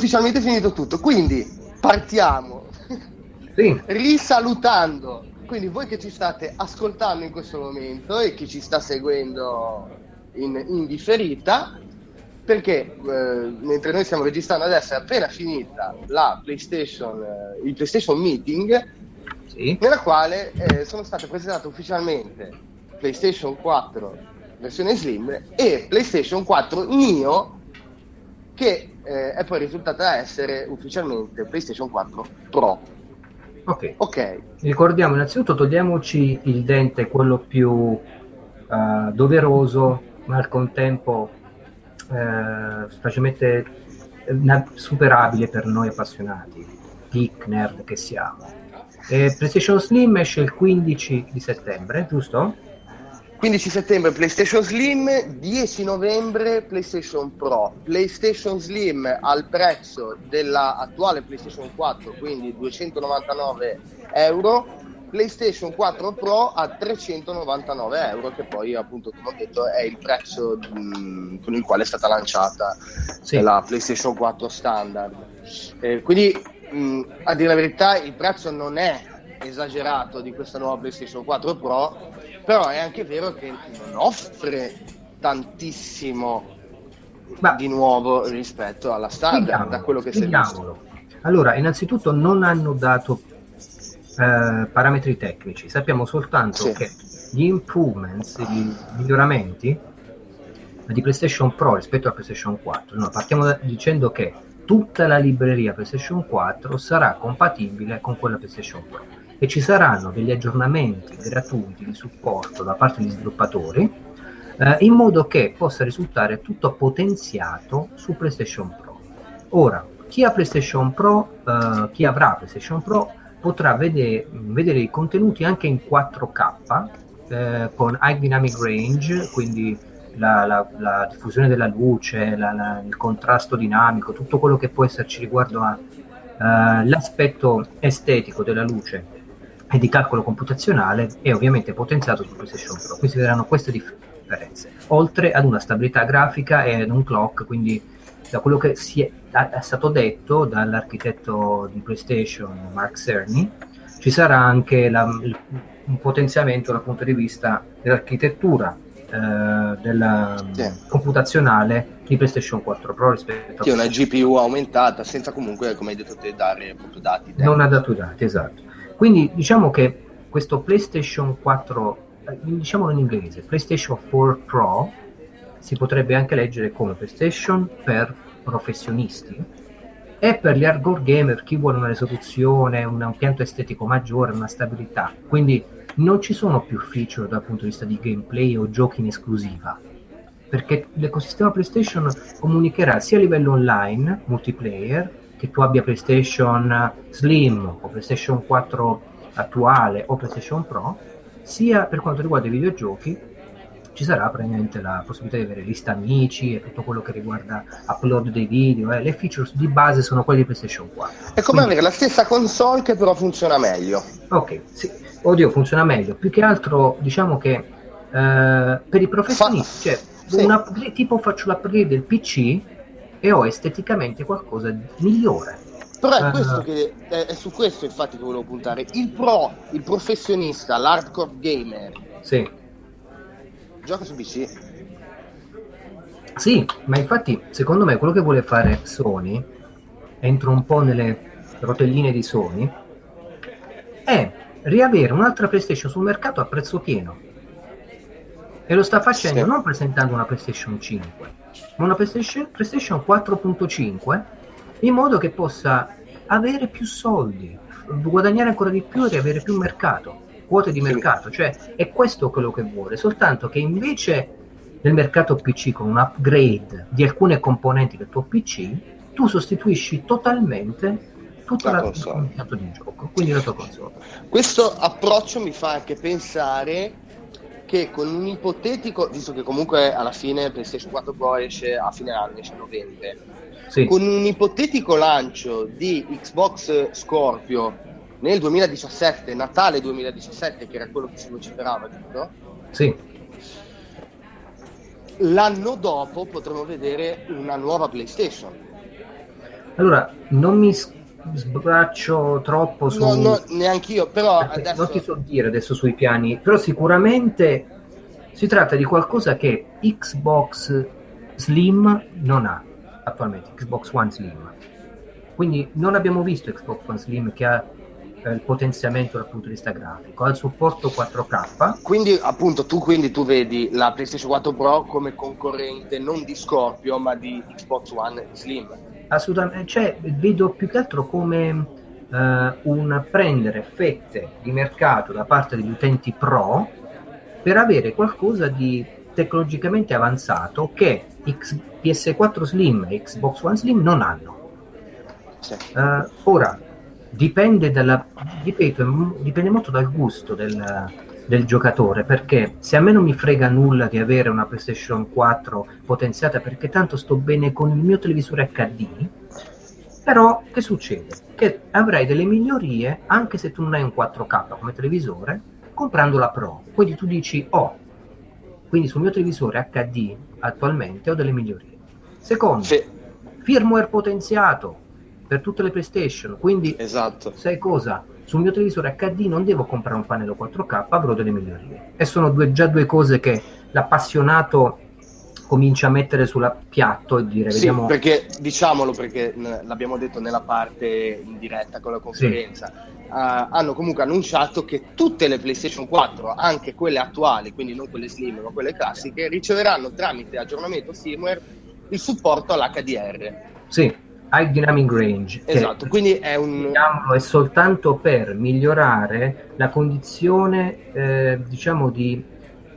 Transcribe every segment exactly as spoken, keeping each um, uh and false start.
ufficialmente finito tutto, quindi partiamo sì. risalutando, quindi voi che ci state ascoltando in questo momento e chi ci sta seguendo in, in differita, perché eh, mentre noi stiamo registrando adesso è appena finita la PlayStation, eh, il PlayStation Meeting, Sì. nella quale eh, sono state presentate ufficialmente PlayStation quattro versione Slim e PlayStation quattro Neo, che eh, è poi risultata essere ufficialmente PlayStation quattro Pro. Ok. Ok. Ricordiamo innanzitutto, togliamoci il dente, quello più uh, doveroso, ma al contempo uh, facilmente uh, superabile per noi appassionati, geek nerd che siamo. E PlayStation Slim esce il quindici di settembre, giusto? quindici settembre PlayStation Slim, dieci novembre PlayStation Pro. PlayStation Slim al prezzo della attuale PlayStation quattro, quindi duecentonovantanove euro, PlayStation quattro Pro a trecentonovantanove euro, che poi appunto, come ho detto, è il prezzo mh, con il quale è stata lanciata sì. la PlayStation quattro standard. Eh, quindi mh, a dire la verità il prezzo non è esagerato di questa nuova PlayStation quattro Pro, però è anche vero che non offre tantissimo Ma di nuovo rispetto alla standard, da quello che si è visto. Allora, innanzitutto non hanno dato eh, parametri tecnici, sappiamo soltanto Sì. che gli improvements, i miglioramenti di PlayStation Pro rispetto a PlayStation quattro, no, partiamo da, dicendo che tutta la libreria PlayStation quattro sarà compatibile con quella PlayStation Pro e ci saranno degli aggiornamenti gratuiti di supporto da parte degli sviluppatori eh, in modo che possa risultare tutto potenziato su PlayStation Pro. Ora, chi ha PlayStation Pro, eh, chi avrà PlayStation Pro potrà vedere, vedere i contenuti anche in quattro K eh, con High Dynamic Range, quindi La, la, la diffusione della luce, la, la, il contrasto dinamico, tutto quello che può esserci riguardo all'aspetto uh, estetico della luce e di calcolo computazionale è ovviamente potenziato su PlayStation Pro. Qui si vedranno queste differenze, oltre ad una stabilità grafica e ad un clock, quindi da quello che si è, è stato detto dall'architetto di PlayStation Mark Cerny, ci sarà anche la, un potenziamento dal punto di vista dell'architettura Uh, della sì. computazionale di PlayStation quattro Pro rispetto che a è una G P U aumentata senza comunque, come hai detto te, dare appunto dati tecnici. Non ha dato i dati, esatto. Quindi diciamo che questo PlayStation quattro, diciamolo in inglese, PlayStation quattro Pro, si potrebbe anche leggere come PlayStation per professionisti e per gli hardcore gamer, chi vuole una risoluzione, un impianto estetico maggiore, una stabilità. Quindi non ci sono più feature dal punto di vista di gameplay o giochi in esclusiva, perché l'ecosistema PlayStation comunicherà sia a livello online, multiplayer, che tu abbia PlayStation Slim o PlayStation quattro attuale o PlayStation Pro, sia per quanto riguarda i videogiochi ci sarà praticamente la possibilità di avere lista amici e tutto quello che riguarda upload dei video, eh. Le features di base sono quelle di PlayStation quattro. È come Quindi, avere la stessa console che però funziona meglio. Ok, sì, oddio, funziona meglio. Più che altro diciamo che eh, per i professionisti, Fa... cioè sì. una, tipo faccio l'upgrade del P C e ho esteticamente qualcosa di migliore. Però è questo uh, che è, è su questo infatti che volevo puntare. Il pro, il professionista, l'hardcore gamer. Sì. Gioca su P C. Sì, ma infatti secondo me quello che vuole fare Sony, entro un po' nelle rotelline di Sony, è riavere un'altra PlayStation sul mercato a prezzo pieno. E lo sta facendo sì. non presentando una PlayStation cinque, ma una PlayStation, PlayStation quattro punto cinque, in modo che possa avere più soldi, guadagnare ancora di più e riavere più mercato, quote di mercato. Cioè è questo quello che vuole, soltanto che invece del mercato P C con un upgrade di alcune componenti del tuo P C, tu sostituisci totalmente tutta la, la componente di gioco, quindi la tua console. Questo approccio mi fa anche pensare che con un ipotetico, visto che comunque alla fine PlayStation quattro Pro esce a fine anno, esce a novembre, sì. con un ipotetico lancio di Xbox Scorpio nel duemiladiciassette, Natale duemiladiciassette, che era quello che si vociferava, giusto? Sì. L'anno dopo potremo vedere una nuova PlayStation. Allora, non mi s- sbraccio troppo su... No, no, neanche io, però perché adesso... non ti so dire adesso sui piani, però sicuramente si tratta di qualcosa che Xbox Slim non ha attualmente, Xbox One Slim. Quindi non abbiamo visto Xbox One Slim che ha eh, il potenziamento dal punto di vista grafico, ha il supporto quattro K. Quindi appunto tu, quindi tu vedi la PlayStation quattro Pro come concorrente non di Scorpio ma di Xbox One Slim. Assolutamente, cioè vedo più che altro come eh, un prendere fette di mercato da parte degli utenti pro per avere qualcosa di tecnologicamente avanzato che X- P S quattro Slim e Xbox One Slim non hanno. Sì. Uh, ora dipende dalla, ripeto, dipende molto dal gusto del, del giocatore, perché se a me non mi frega nulla di avere una PlayStation quattro potenziata perché tanto sto bene con il mio televisore H D, però che succede? Che avrai delle migliorie anche se tu non hai un quattro K come televisore comprando la Pro, quindi tu dici oh, quindi sul mio televisore H D attualmente ho delle migliorie. Secondo, Sì. firmware potenziato per tutte le PlayStation, quindi Esatto. sai cosa? Sul mio televisore H D non devo comprare un pannello quattro K, avrò delle migliorie. E sono due, già due cose che l'appassionato comincia a mettere sul piatto e dire sì, vediamo... perché diciamolo, perché l'abbiamo detto nella parte in diretta con la conferenza, sì. uh, hanno comunque annunciato che tutte le PlayStation quattro, anche quelle attuali, quindi non quelle slim ma quelle classiche, riceveranno tramite aggiornamento firmware il supporto all'H D R. Sì, High Dynamic Range, esatto, che, quindi è un è soltanto per migliorare la condizione eh, diciamo di,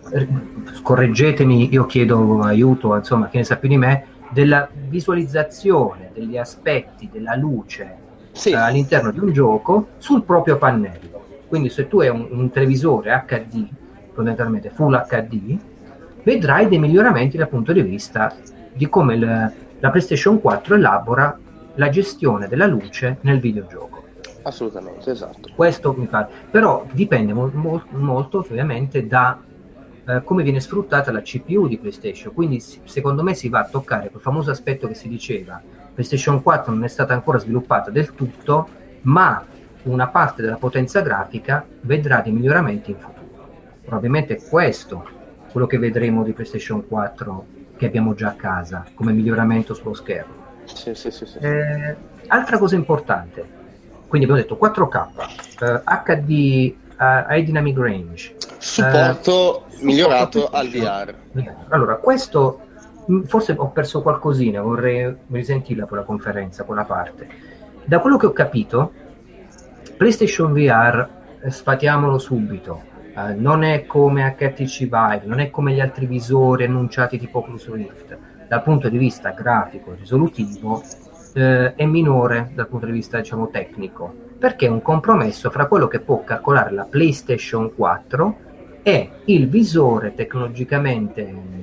correggetemi, io chiedo aiuto, insomma, chi ne sa più di me, della visualizzazione degli aspetti della luce sì. eh, all'interno di un gioco sul proprio pannello. Quindi se tu hai un, un televisore H D, fondamentalmente Full H D, vedrai dei miglioramenti dal punto di vista di come il, la PlayStation quattro elabora la gestione della luce nel videogioco. Assolutamente, esatto. Questo mi pare, però dipende mo- mo- molto ovviamente da eh, come viene sfruttata la C P U di PlayStation, quindi secondo me si va a toccare quel famoso aspetto che si diceva, PlayStation quattro non è stata ancora sviluppata del tutto, ma una parte della potenza grafica vedrà dei miglioramenti in futuro. Probabilmente è questo quello che vedremo di PlayStation quattro che abbiamo già a casa come miglioramento sullo schermo. Sì, sì, sì, sì. Eh, altra cosa importante, quindi abbiamo detto quattro K, eh, H D, uh, High Dynamic Range, supporto eh, migliorato supporto al V R. Allora, questo forse ho perso qualcosina, vorrei risentirla per la conferenza, quella parte. Da quello che ho capito, PlayStation V R, sfatiamolo subito, eh, non è come H T C Vive, non è come gli altri visori annunciati tipo Oculus Rift. Dal punto di vista grafico e risolutivo eh, è minore dal punto di vista, diciamo, tecnico, perché è un compromesso fra quello che può calcolare la PlayStation quattro e il visore tecnologicamente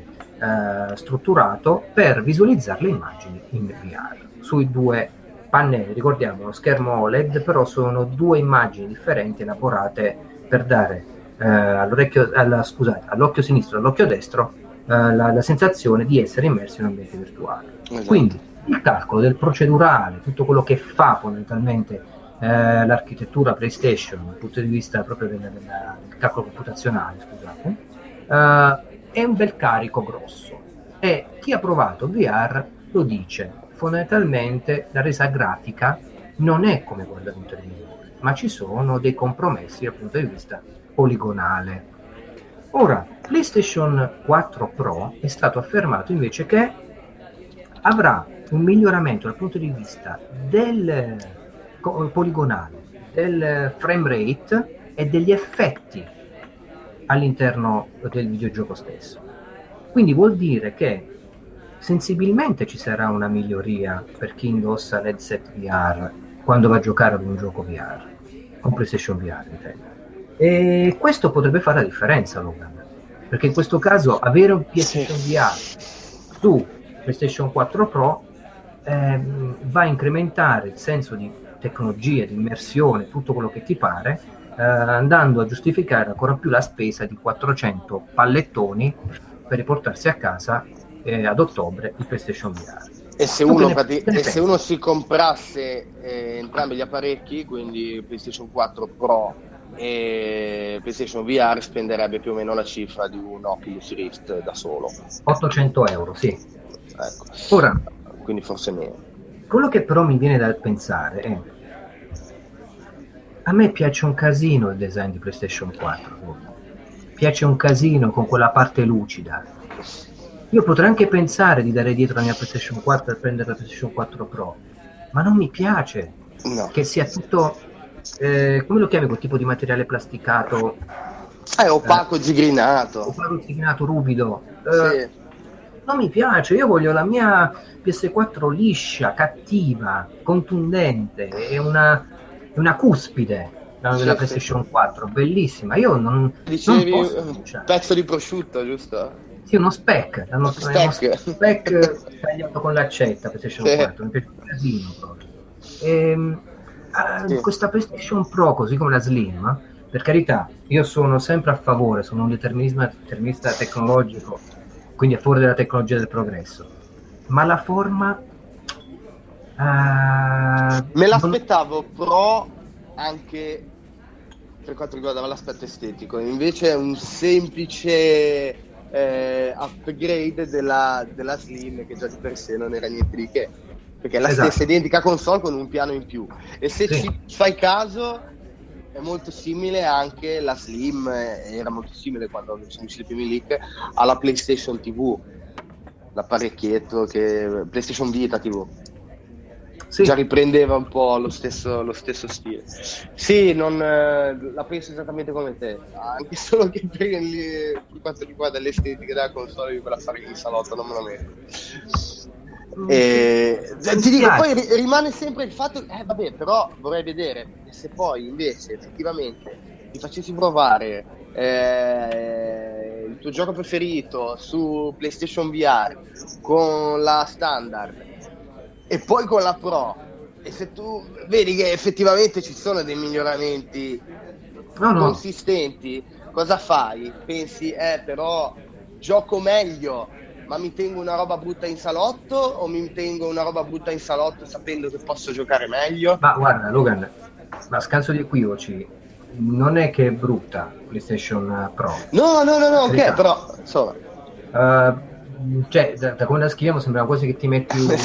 eh, strutturato per visualizzare le immagini in V R sui due pannelli. Ricordiamo, lo schermo O L E D, però sono due immagini differenti elaborate per dare eh, all'orecchio, alla, scusate, all'occhio sinistro e all'occhio destro eh, la, la sensazione di essere immersi in un ambiente virtuale. Esatto. Quindi il calcolo del procedurale, tutto quello che fa fondamentalmente eh, l'architettura PlayStation dal punto di vista proprio del, del, del calcolo computazionale, scusate, eh, è un bel carico grosso, e chi ha provato V R lo dice. Fondamentalmente la resa grafica non è come guardare un televisore, ma ci sono dei compromessi dal punto di vista poligonale. Ora, PlayStation quattro Pro è stato affermato invece che avrà un miglioramento dal punto di vista del poligonale, del frame rate e degli effetti all'interno del videogioco stesso. Quindi vuol dire che sensibilmente ci sarà una miglioria per chi indossa l'headset V R quando va a giocare ad un gioco V R, con PlayStation V R intendo. E questo potrebbe fare la differenza, Logan, perché in questo caso avere un PlayStation V R su PlayStation quattro Pro ehm, va a incrementare il senso di tecnologia, di immersione, tutto quello che ti pare, eh, andando a giustificare ancora più la spesa di quattrocento pallettoni per riportarsi a casa eh, ad ottobre il PlayStation V R. E se, uno, ne, e se uno si comprasse eh, entrambi gli apparecchi, quindi PlayStation quattro Pro e PlayStation V R, spenderebbe più o meno la cifra di un Oculus Rift da solo. ottocento euro, sì. Ecco. Ora, quindi forse meno. Quello che però mi viene da pensare è: a me piace un casino il design di PlayStation quattro, piace un casino con quella parte lucida. Io potrei anche pensare di dare dietro la mia PlayStation quattro e prendere la PlayStation quattro Pro, ma non mi piace no. che sia tutto, eh, come lo chiami quel tipo di materiale plasticato? È opaco, eh, zigrinato. Opaco, zigrinato, ruvido. Sì. Eh, non mi piace, io voglio la mia P S quattro liscia, cattiva, contundente, è una, è una cuspide la, della sì, PlayStation sì. quattro, bellissima. Io non, Dicevi non posso un pezzo di prosciutto, giusto? Sì, uno spec, uno spec, uno spec tagliato con l'accetta PlayStation sì. quattro, mi piace un casino proprio. E, sì. Questa PlayStation Pro, così come la Slim, per carità, io sono sempre a favore, sono un determinista, determinista tecnologico, quindi a favore della tecnologia del progresso, ma la forma uh, me l'aspettavo non... Pro anche per quanto riguardava l'aspetto estetico, invece è un semplice eh, upgrade della, della Slim, che già di per sé non era niente di che, perché è la esatto. stessa identica console con un piano in più, e se sì. ci fai caso è molto simile anche la Slim, era molto simile quando sono usciti i primi leak alla PlayStation T V, l'apparecchietto che PlayStation Vita T V. Sì. Già riprendeva un po' lo stesso, lo stesso stile. Sì, non, eh, la penso esattamente come te, anche solo che per, gli, per quanto riguarda l'estetica della console, di quella fare in salotto non me lo metto. E, ti dico, poi ri- rimane sempre il fatto, eh vabbè, però vorrei vedere se poi invece effettivamente ti facessi provare eh, il tuo gioco preferito su PlayStation V R con la standard e poi con la Pro, e se tu vedi che effettivamente ci sono dei miglioramenti no, no. consistenti, cosa fai? Pensi, eh però gioco meglio, ma mi tengo una roba brutta in salotto, o mi tengo una roba brutta in salotto sapendo che posso giocare meglio? Ma guarda Logan, ma scanso di equivoci, non è che è brutta PlayStation Pro. No, no, no, no, ok, però insomma. Uh, cioè, da, da come la scriviamo sembra quasi che ti metti un,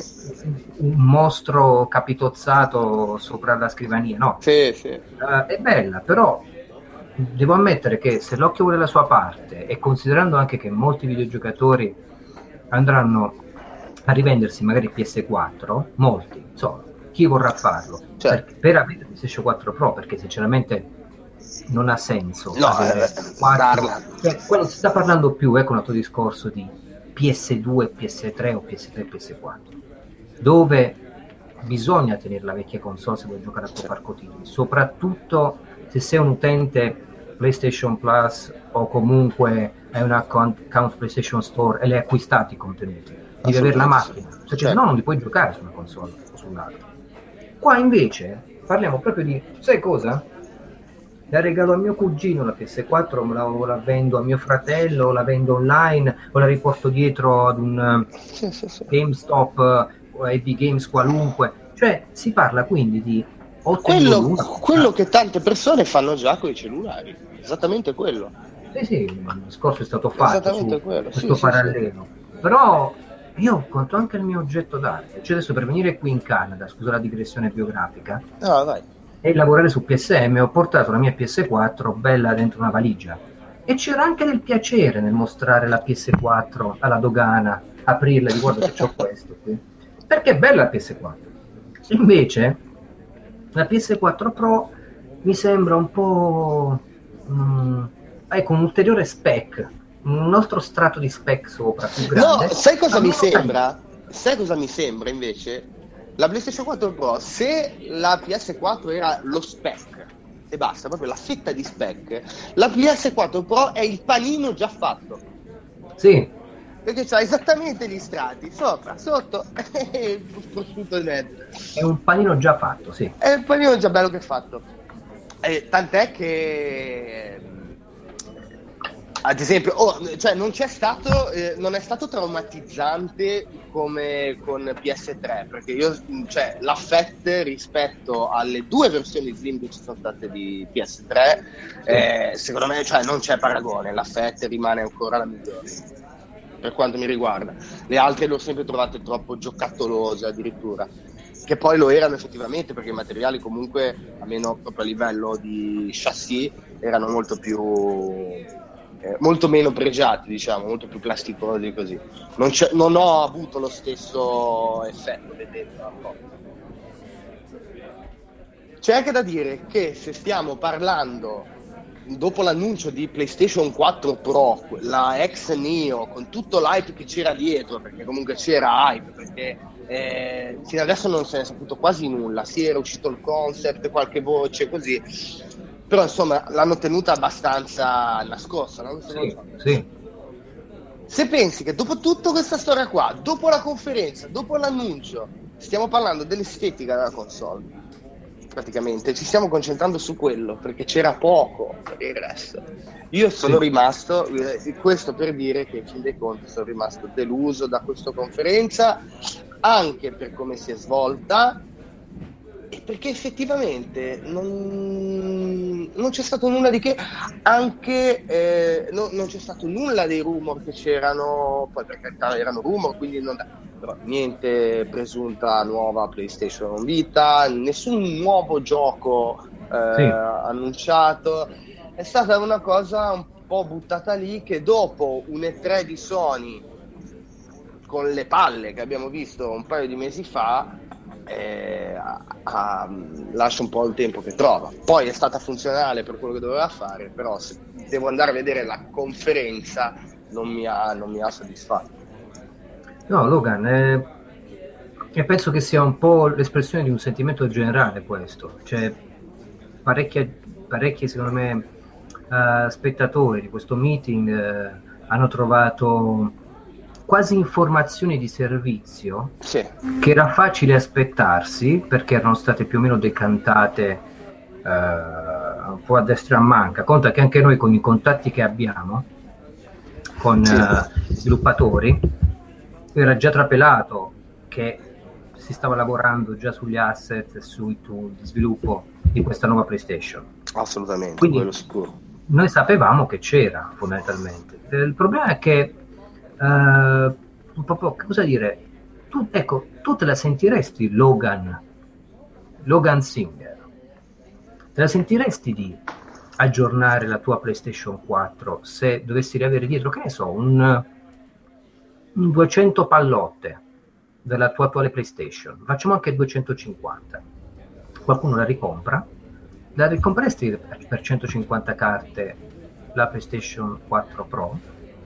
un mostro capitozzato sopra la scrivania, no? Sì, sì. Uh, è bella, però devo ammettere che se l'occhio vuole la sua parte, e considerando anche che molti videogiocatori andranno a rivendersi magari P S quattro, molti, insomma, chi vorrà farlo? Certo. Per, per avere PlayStation quattro Pro, perché sinceramente non ha senso no, avere eh, quattro, cioè, quello si sta parlando più è con il tuo discorso di P S due, P S tre o P S tre, P S quattro, dove bisogna tenere la vecchia console se vuoi giocare a tuo parco titoli, soprattutto se sei un utente PlayStation Plus o comunque hai un account, account PlayStation Store e le hai acquistati i contenuti, devi avere la macchina, perché certo. se no non li puoi giocare su una console o sull'altra. Qua invece parliamo proprio di, sai cosa? La regalo a mio cugino la P S quattro, la, o la vendo a mio fratello, o la vendo online, o la riporto dietro ad un sì, sì, sì. GameStop o A B Games qualunque. Cioè si parla quindi di quello, quello che tante persone fanno già con i cellulari, esattamente quello. Sì, sì, il discorso è stato fatto su quello. questo sì, parallelo. Sì, sì. Però io conto anche il mio oggetto d'arte. Cioè adesso per venire qui in Canada, scusa la digressione biografica, no, vai. e lavorare su P S M, ho portato la mia P S quattro bella dentro una valigia, e c'era anche del piacere nel mostrare la P S quattro alla dogana, aprirla e di guarda che c'ho questo qui, perché è bella la P S quattro. Invece la P S quattro Pro mi sembra un po' mh, ecco, un ulteriore spec, un altro strato di spec sopra più grande. No, sai cosa mi sembra? Sai cosa mi sembra invece? La PlayStation quattro Pro, se la P S quattro era lo spec e basta, proprio la fetta di spec, la P S quattro Pro è il panino già fatto. Sì. Perché c'ha esattamente gli strati, sopra, sotto e il prosciutto in mezzo. È un panino già fatto, sì. È un panino già bello che è fatto. E tant'è che ad esempio, oh, cioè non c'è stato, eh, non è stato traumatizzante come con P S tre, perché io, cioè, l'affetto rispetto alle due versioni slim che ci sono state di P S tre, eh, secondo me, cioè, non c'è paragone, l'affetto rimane ancora la migliore per quanto mi riguarda. Le altre le ho sempre trovate troppo giocattolose addirittura, che poi lo erano effettivamente, perché i materiali comunque, almeno proprio a livello di chassis, erano molto più eh, molto meno pregiati, diciamo, molto più plasticosi così. Non, c'è, non ho avuto lo stesso effetto vedendo un po'. C'è anche da dire che se stiamo parlando, dopo l'annuncio di PlayStation quattro Pro, la ex Neo, con tutto l'hype che c'era dietro, perché comunque c'era hype, perché eh, fino adesso non se ne è saputo quasi nulla, sì, era uscito il concept, qualche voce così, però insomma l'hanno tenuta abbastanza nascosta, no? Sì, sì. Se pensi che dopo tutta questa storia qua, dopo la conferenza, dopo l'annuncio, stiamo parlando dell'estetica della console, praticamente ci stiamo concentrando su quello, perché c'era poco per il resto. Io sono sì. rimasto, eh, questo per dire che in fin dei conti sono rimasto deluso da questa conferenza, anche per come si è svolta e perché effettivamente non, non c'è stato nulla di che, anche eh, no, non c'è stato nulla dei rumor che c'erano, poi per carità erano rumor, quindi non da, però niente presunta nuova PlayStation Vita, nessun nuovo gioco eh, sì. annunciato. È stata una cosa un po' buttata lì, che dopo un E tre di Sony con le palle che abbiamo visto un paio di mesi fa eh, a, a, lascia un po' il tempo che trova. Poi è stata funzionale per quello che doveva fare, però se devo andare a vedere la conferenza non mi ha, non mi ha soddisfatto. No, Logan, eh, e penso che sia un po' l'espressione di un sentimento generale questo, cioè parecchie, parecchi secondo me uh, spettatori di questo meeting uh, hanno trovato quasi informazioni di servizio sì. che era facile aspettarsi, perché erano state più o meno decantate uh, un po' a destra e a manca. Conta che anche noi, con i contatti che abbiamo con sì. uh, sviluppatori, era già trapelato che si stava lavorando già sugli asset e sui tool di sviluppo di questa nuova PlayStation. Assolutamente, quindi quello sicuro. Noi sapevamo che c'era, fondamentalmente. Il problema è che uh, proprio, cosa dire, tu, ecco, tu te la sentiresti Logan Logan Singer, te la sentiresti di aggiornare la tua PlayStation quattro se dovessi riavere dietro, che ne so, un duecento pallotte della tua attuale PlayStation, facciamo anche duecentocinquanta, qualcuno la ricompra, la ricompresti per centocinquanta carte la PlayStation quattro Pro?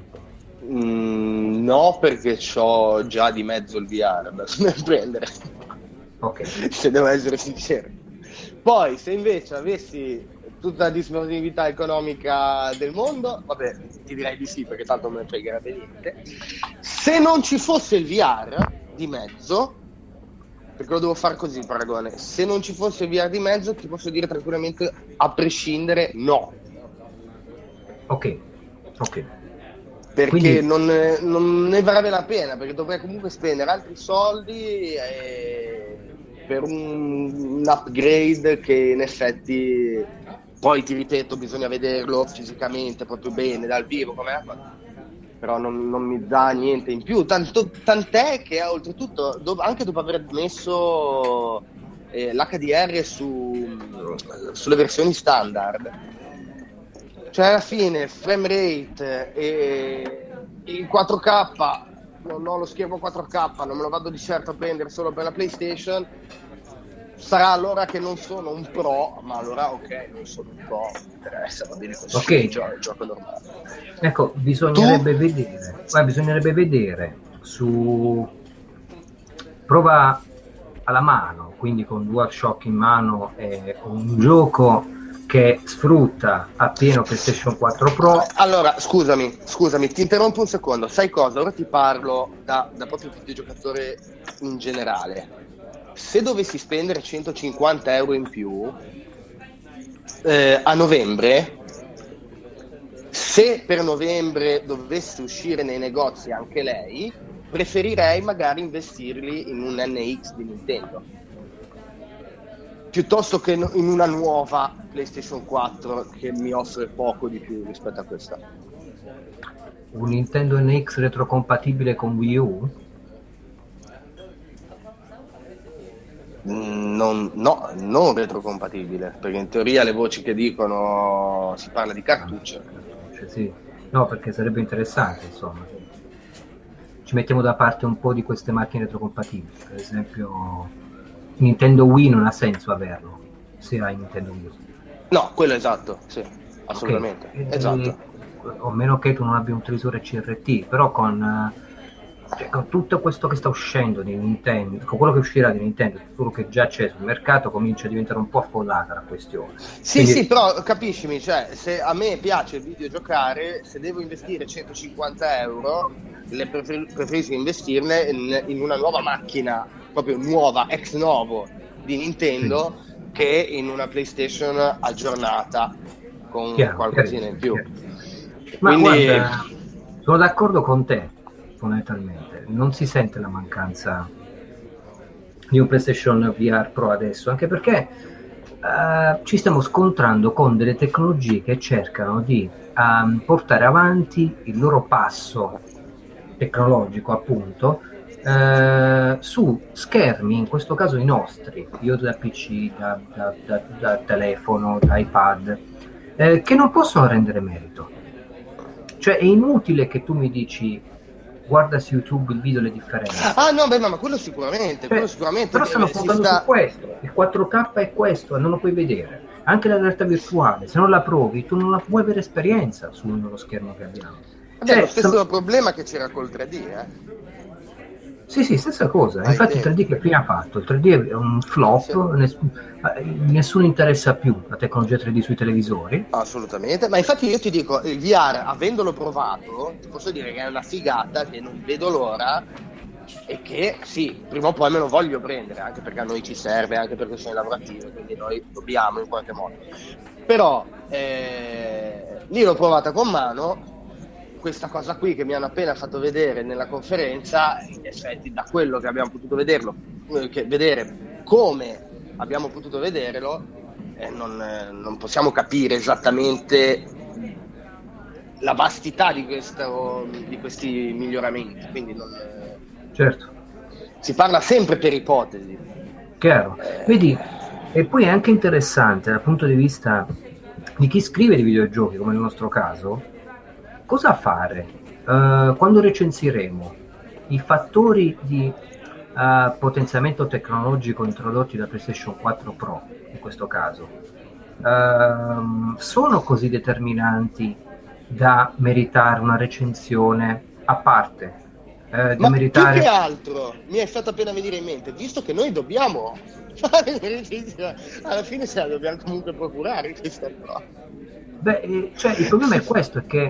Mm, no, perché c'ho già di mezzo il V R da prendere, ok, se devo essere sincero. Poi se invece avessi tutta la disponibilità economica del mondo, vabbè, ti direi di sì, perché tanto non me ne fregherebbe niente. Se non ci fosse il V R di mezzo, perché lo devo fare così il paragone, se non ci fosse il V R di mezzo ti posso dire tranquillamente, a prescindere, no. Ok, ok. Perché Quindi... non, non ne varrebbe la pena, perché dovrei comunque spendere altri soldi eh, per un, un upgrade che in effetti, poi ti ripeto, bisogna vederlo fisicamente proprio bene dal vivo com'è, però non, non mi dà niente in più, tanto, tant'è che oltretutto do, anche dopo aver messo eh, l'H D R su, sulle versioni standard, cioè alla fine frame rate e il quattro K, non ho lo schermo quattro K, non me lo vado di certo a prendere solo per la PlayStation. Sarà allora che non sono un pro, ma allora ok, non sono un pro, non mi interessa, va bene così, ok, il gioco, il gioco normale. Ecco, bisognerebbe tu? vedere, guarda, bisognerebbe vedere su prova alla mano, quindi con DualShock in mano e un gioco che sfrutta appieno PlayStation quattro Pro. Allora, scusami, scusami, ti interrompo un secondo, sai cosa? Ora ti parlo da, da proprio videogiocatore in generale. Se dovessi spendere centocinquanta euro in più eh, a novembre, se per novembre dovesse uscire nei negozi anche lei, preferirei magari investirli in un N X di Nintendo piuttosto che in una nuova PlayStation quattro che mi offre poco di più rispetto a questa. Un Nintendo N X retrocompatibile con Wii U? Non, no, non retrocompatibile, perché in teoria le voci che dicono si parla di cartucce. Cioè, sì. No, perché sarebbe interessante, insomma. Ci mettiamo da parte un po' di queste macchine retrocompatibili. Per esempio, Nintendo Wii non ha senso averlo, se hai Nintendo Wii. No, quello esatto, sì, assolutamente. Okay. Esatto. E, o meno che tu non abbia un televisore C R T, però con... Cioè, con tutto questo che sta uscendo di Nintendo, con quello che uscirà di Nintendo, tutto quello che già c'è sul mercato, comincia a diventare un po' affollata la questione. Sì, Quindi... sì, però capiscimi, cioè, se a me piace il videogiocare, se devo investire centocinquanta euro, le prefer- preferisco investirne in, in una nuova macchina, proprio nuova, ex novo di Nintendo, sì, che in una PlayStation aggiornata con chiaro, qualcosina in più. Chiaro. Ma quindi... guarda, sono d'accordo con te. Fondamentalmente non si sente la mancanza di un PlayStation V R Pro adesso, anche perché uh, ci stiamo scontrando con delle tecnologie che cercano di um, portare avanti il loro passo tecnologico, appunto, uh, su schermi, in questo caso i nostri, io da P C, da, da, da, da telefono, da iPad, eh, che non possono rendere merito. Cioè è inutile che tu mi dici guarda su YouTube il video, le differenze. Ah no, beh, ma quello sicuramente, cioè, quello sicuramente. Però stanno puntando sta... su questo, il quattro K è questo e non lo puoi vedere. Anche la realtà virtuale, se non la provi, tu non la puoi avere esperienza sullo schermo che abbiamo. Vabbè, cioè, lo stesso sono... problema che c'era col tre D, eh? Sì, sì, stessa cosa. Ai Infatti tempi. Il tre D che fine ha fatto? Il tre D è un flop, sì. Nessun, nessuno interessa più la tecnologia tre D sui televisori. Assolutamente, ma infatti io ti dico, il V R, avendolo provato, ti posso dire che è una figata, che non vedo l'ora e che sì, prima o poi me lo voglio prendere, anche perché a noi ci serve, anche per questioni lavorative, quindi noi dobbiamo in qualche modo. Però eh, lì l'ho provata con mano. Questa cosa qui che mi hanno appena fatto vedere nella conferenza, in effetti da quello che abbiamo potuto vederlo, che vedere come abbiamo potuto vederlo, eh, non, eh, non possiamo capire esattamente la vastità di, questo, di questi miglioramenti, quindi non, eh, certo. Si parla sempre per ipotesi. Chiaro, eh, vedi, e poi è anche interessante dal punto di vista di chi scrive di videogiochi, come nel nostro caso, cosa fare uh, quando recensiremo i fattori di uh, potenziamento tecnologico introdotti da PlayStation quattro Pro, in questo caso, uh, sono così determinanti da meritare una recensione a parte? Uh, Ma meritare... più che altro mi è fatto appena venire in mente, visto che noi dobbiamo fare una recensione, alla fine se la dobbiamo comunque procurare questa Pro. Beh, cioè il problema è questo, è che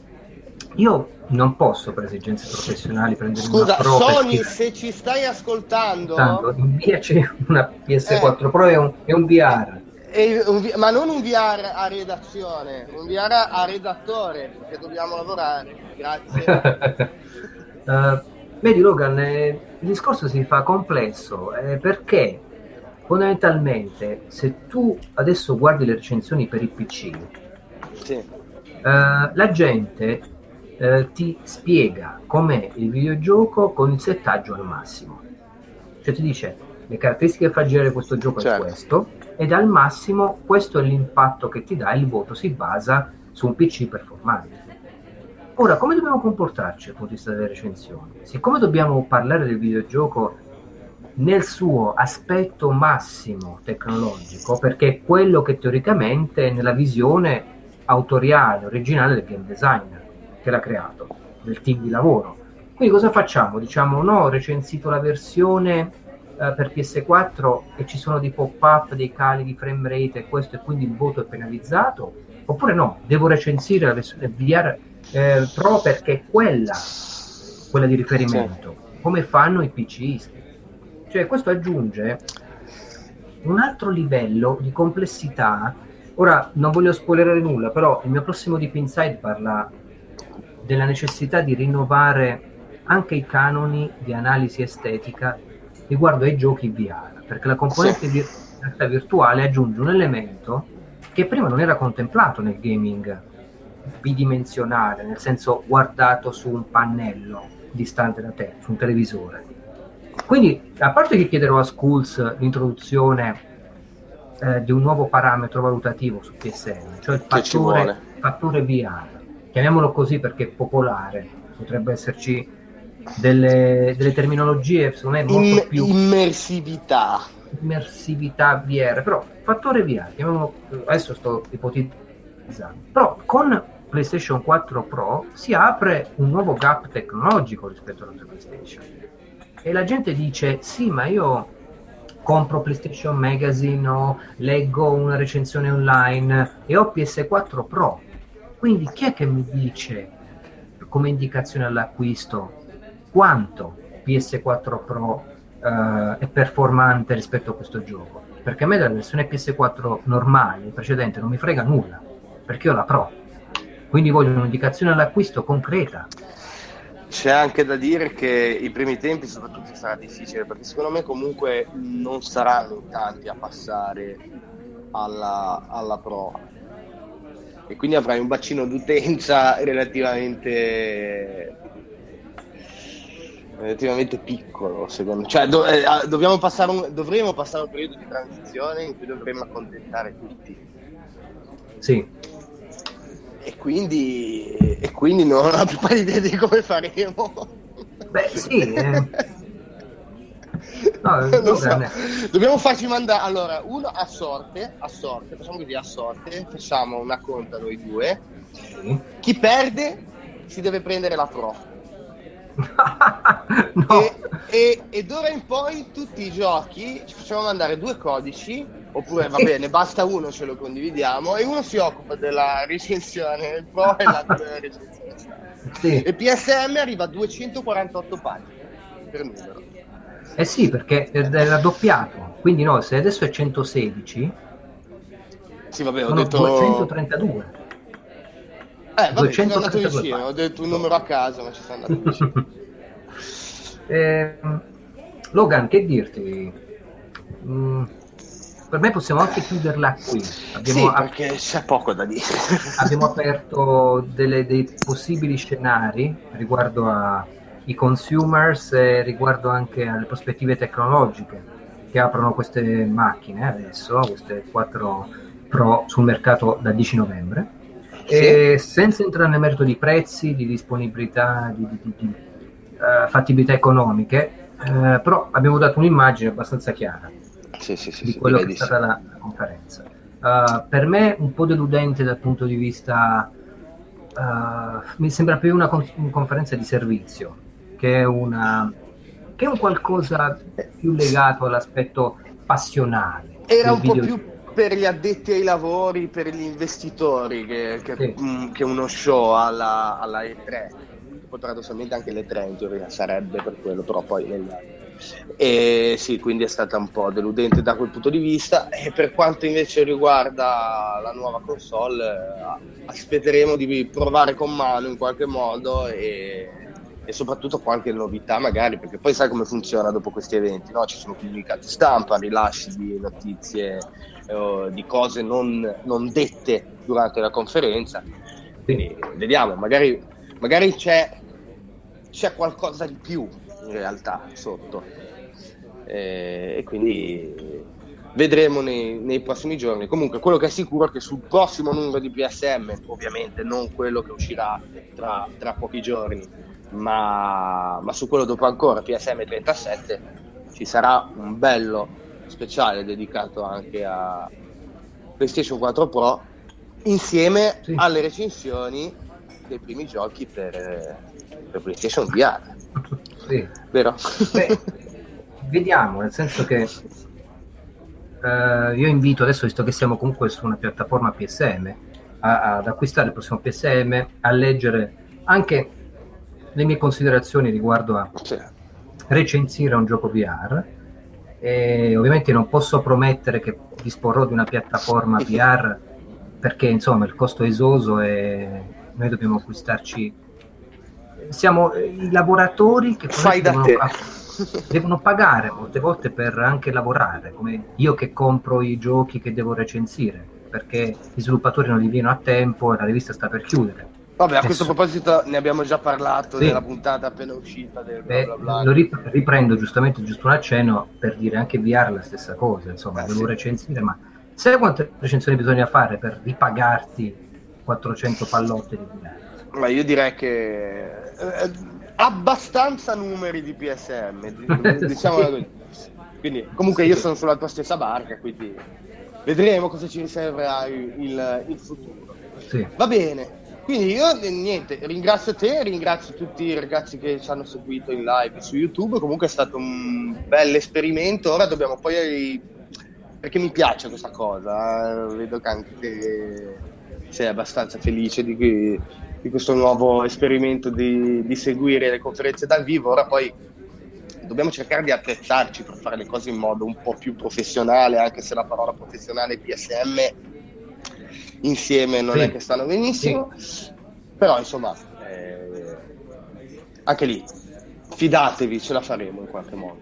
io non posso per esigenze professionali prendere Scusa, una Pro. Sony, perché... se ci stai ascoltando, tanto inviaci una P S quattro eh, Pro e un, e un V R. E un, ma non un V R a redazione, un V R a redattore, perché dobbiamo lavorare. Grazie. uh, vedi Logan, eh, il discorso si fa complesso eh, perché fondamentalmente se tu adesso guardi le recensioni per i P C, sì. uh, la gente Uh, ti spiega com'è il videogioco con il settaggio al massimo, cioè ti dice le caratteristiche che fa girare questo gioco certo. È questo, ed al massimo questo è l'impatto che ti dà, il voto si basa su un P C performante. Ora, come dobbiamo comportarci dal punto di vista delle recensioni? Siccome dobbiamo parlare del videogioco nel suo aspetto massimo tecnologico, perché è quello che teoricamente è nella visione autoriale, originale del game designer che l'ha creato, del team di lavoro. Quindi cosa facciamo? Diciamo no, ho recensito la versione eh, per P S quattro e ci sono dei pop-up, dei cali di frame rate e questo, e quindi il voto è penalizzato? Oppure no, devo recensire la versione V R eh, Pro perché è quella, quella di riferimento, come fanno i PCisti. Cioè questo aggiunge un altro livello di complessità Ora, non voglio spoilerare nulla, però il mio prossimo Deep Inside parla della necessità di rinnovare anche i canoni di analisi estetica riguardo ai giochi V R, perché la componente Sì. di realtà virtuale aggiunge un elemento che prima non era contemplato nel gaming bidimensionale, nel senso guardato su un pannello distante da te, su un televisore. Quindi, a parte che chiederò a Schools l'introduzione eh, di un nuovo parametro valutativo su P S N, cioè il Che ci fattore, vuole. fattore V R, chiamiamolo così perché è popolare, potrebbe esserci delle, delle terminologie secondo me molto In- più immersività. immersività V R, però fattore V R, chiamiamolo, adesso sto ipotizzando, però con PlayStation quattro Pro si apre un nuovo gap tecnologico rispetto all'altra PlayStation e la gente dice sì, ma io compro PlayStation Magazine o leggo una recensione online e ho P S quattro Pro, quindi chi è che mi dice come indicazione all'acquisto quanto P S quattro Pro Uh, è performante rispetto a questo gioco, perché a me della versione P S quattro normale precedente non mi frega nulla, perché ho la Pro, quindi voglio un'indicazione all'acquisto concreta. C'è anche da dire che i primi tempi soprattutto sarà difficile, perché secondo me comunque non saranno in tanti a passare alla, alla Pro, e quindi avrai un bacino d'utenza relativamente relativamente piccolo, secondo me. Cioè, do, eh, dobbiamo passare un, dovremo passare un periodo di transizione in cui dovremo accontentare tutti. Sì. E quindi, e quindi non ho la più pallida idea di come faremo. Beh, sì. Eh. No, non so. Dobbiamo farci mandare, allora, uno a sorte, a sorte, facciamo così, a sorte, facciamo una conta noi due. Sì. Chi perde si deve prendere la Pro. No. e, e, e d'ora in poi tutti i giochi ci facciamo mandare due codici, oppure va bene, basta uno, ce lo condividiamo e uno si occupa della recensione Pro e l'altro della recensione. Sì. E P S M arriva a duecentoquarantotto pagine per numero. Eh sì, perché è raddoppiato, quindi no, se adesso è centosedici, sì, vabbè, sono ho detto duecentotrentadue. Eh, vabbè, ci sono andato vicino, ho detto un numero a caso, ma ci sono andato vicino. eh, Logan, che dirti? Mm, per me possiamo anche chiuderla qui. Abbiamo sì, perché ap- c'è poco da dire. Abbiamo aperto delle, dei possibili scenari riguardo ai consumers e riguardo anche alle prospettive tecnologiche che aprono queste macchine adesso, queste quattro Pro sul mercato dal dieci novembre. Sì. E senza entrare nel merito di prezzi, di disponibilità, di, di, di, di uh, fattibilità economiche, uh, però abbiamo dato un'immagine abbastanza chiara sì, sì, sì, di sì, quello che è di stata sì. la, la conferenza. Uh, per me un po' deludente dal punto di vista, uh, mi sembra più una, con- una conferenza di servizio che una che è un qualcosa più legato all'aspetto passionale. Era un po' più per gli addetti ai lavori, per gli investitori che, che, sì. mh, che uno show alla, alla E tre, poi paradossalmente anche l'E tre in teoria sarebbe per quello, però poi nel... e sì, quindi è stata un po' deludente da quel punto di vista. E per quanto invece riguarda la nuova console, eh, aspetteremo di provare con mano in qualche modo e e soprattutto qualche novità magari, perché poi sai come funziona dopo questi eventi, no? Ci sono comunicati stampa, rilasci di notizie, eh, di cose non, non dette durante la conferenza, quindi vediamo, magari, magari c'è, c'è qualcosa di più in realtà sotto, e, e quindi vedremo nei, nei prossimi giorni. Comunque quello che è sicuro è che sul prossimo numero di P S M, ovviamente non quello che uscirà tra, tra pochi giorni, Ma, ma su quello dopo ancora, P S M trentasette, ci sarà un bello speciale dedicato anche a PlayStation quattro Pro, insieme sì. alle recensioni dei primi giochi per, per PlayStation V R. Sì. Vero? Beh, vediamo, nel senso che uh, io invito adesso, visto che siamo comunque su una piattaforma P S M, a, ad acquistare il prossimo P S M, a leggere anche le mie considerazioni riguardo a sì. recensire un gioco V R. E ovviamente non posso promettere che disporrò di una piattaforma V R perché insomma il costo è esoso e noi dobbiamo acquistarci, siamo i lavoratori che fai da devono, te. devono pagare molte volte per anche lavorare, come io che compro i giochi che devo recensire, perché gli sviluppatori non li vienono a tempo e la rivista sta per chiudere. Vabbè, a Adesso, questo proposito ne abbiamo già parlato sì, nella puntata appena uscita del bla beh, bla bla. lo rip- riprendo giustamente giusto un accenno per dire anche V R la stessa cosa, insomma, Eh, devo sì. recensire, ma sai quante recensioni bisogna fare per ripagarti quattrocento pallotte di V R? Ma io direi che eh, abbastanza numeri di P S M, diciamo così. Quindi comunque io sono sulla tua stessa barca, quindi vedremo cosa ci riserverà il, il, il futuro. Sì. Va bene, quindi io niente, ringrazio te, ringrazio tutti i ragazzi che ci hanno seguito in live su YouTube. Comunque è stato un bel esperimento. Ora dobbiamo poi, perché mi piace questa cosa, eh, vedo che anche te sei abbastanza felice di, di questo nuovo esperimento di, di seguire le conferenze dal vivo. Ora poi dobbiamo cercare di attrezzarci per fare le cose in modo un po' più professionale, anche se la parola professionale e P S M insieme non Sì. è che stanno benissimo, sì. Però insomma eh, anche lì fidatevi, ce la faremo in qualche modo.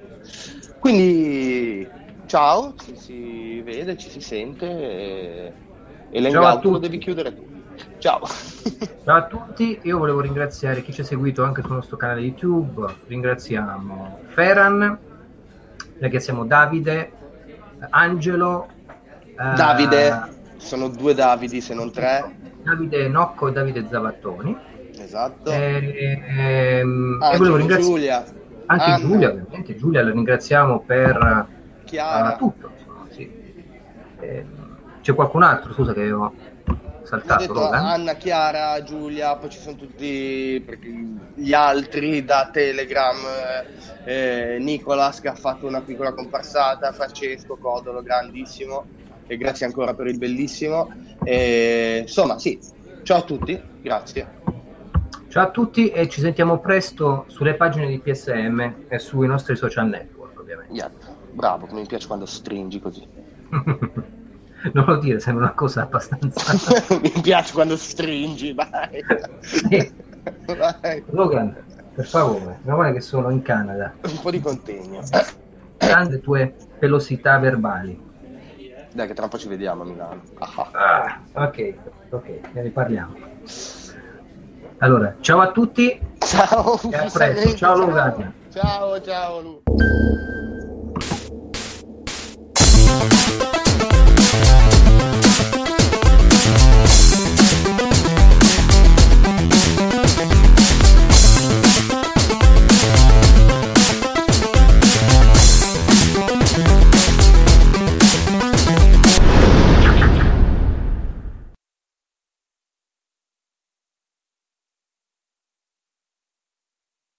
Quindi ciao, ci si vede, ci si sente e, e l'hangout lo devi chiudere tu. Ciao. Ciao a tutti, io volevo ringraziare chi ci ha seguito anche sul nostro canale YouTube. Ringraziamo Ferran, ringraziamo Davide, Angelo, Davide, eh, sono due Davidi se non tre. Davide Nocco e Davide Zavattoni. Esatto. E, ehm, anche e volevo ringraziare Giulia. anche Anna. Giulia, ovviamente Giulia la ringraziamo per Chiara. uh, tutto. Sì. Eh, c'è qualcun altro, scusa che ho saltato. Ho detto Logan. Anna, Chiara, Giulia, poi ci sono tutti gli altri da Telegram, eh, Nicolas che ha fatto una piccola comparsata, Francesco Codolo, grandissimo, e grazie ancora per il bellissimo. E, insomma, sì, ciao a tutti, grazie. Ciao a tutti e ci sentiamo presto sulle pagine di P S M e sui nostri social network, ovviamente. Yep. Bravo, mi piace quando stringi così. Non lo dire, sembra una cosa abbastanza... Mi piace quando stringi, vai. Sì. Vai. Logan, per favore, non vuole che sono in Canada. Un po' di contegno. Grandi tue pelosità verbali. Dai che tra un po' ci vediamo a Milano. Ah. Ah, ok, ok, ne riparliamo. Allora, ciao a tutti. Ciao. E a presto. Ciao Logan. Ciao, ciao Lu.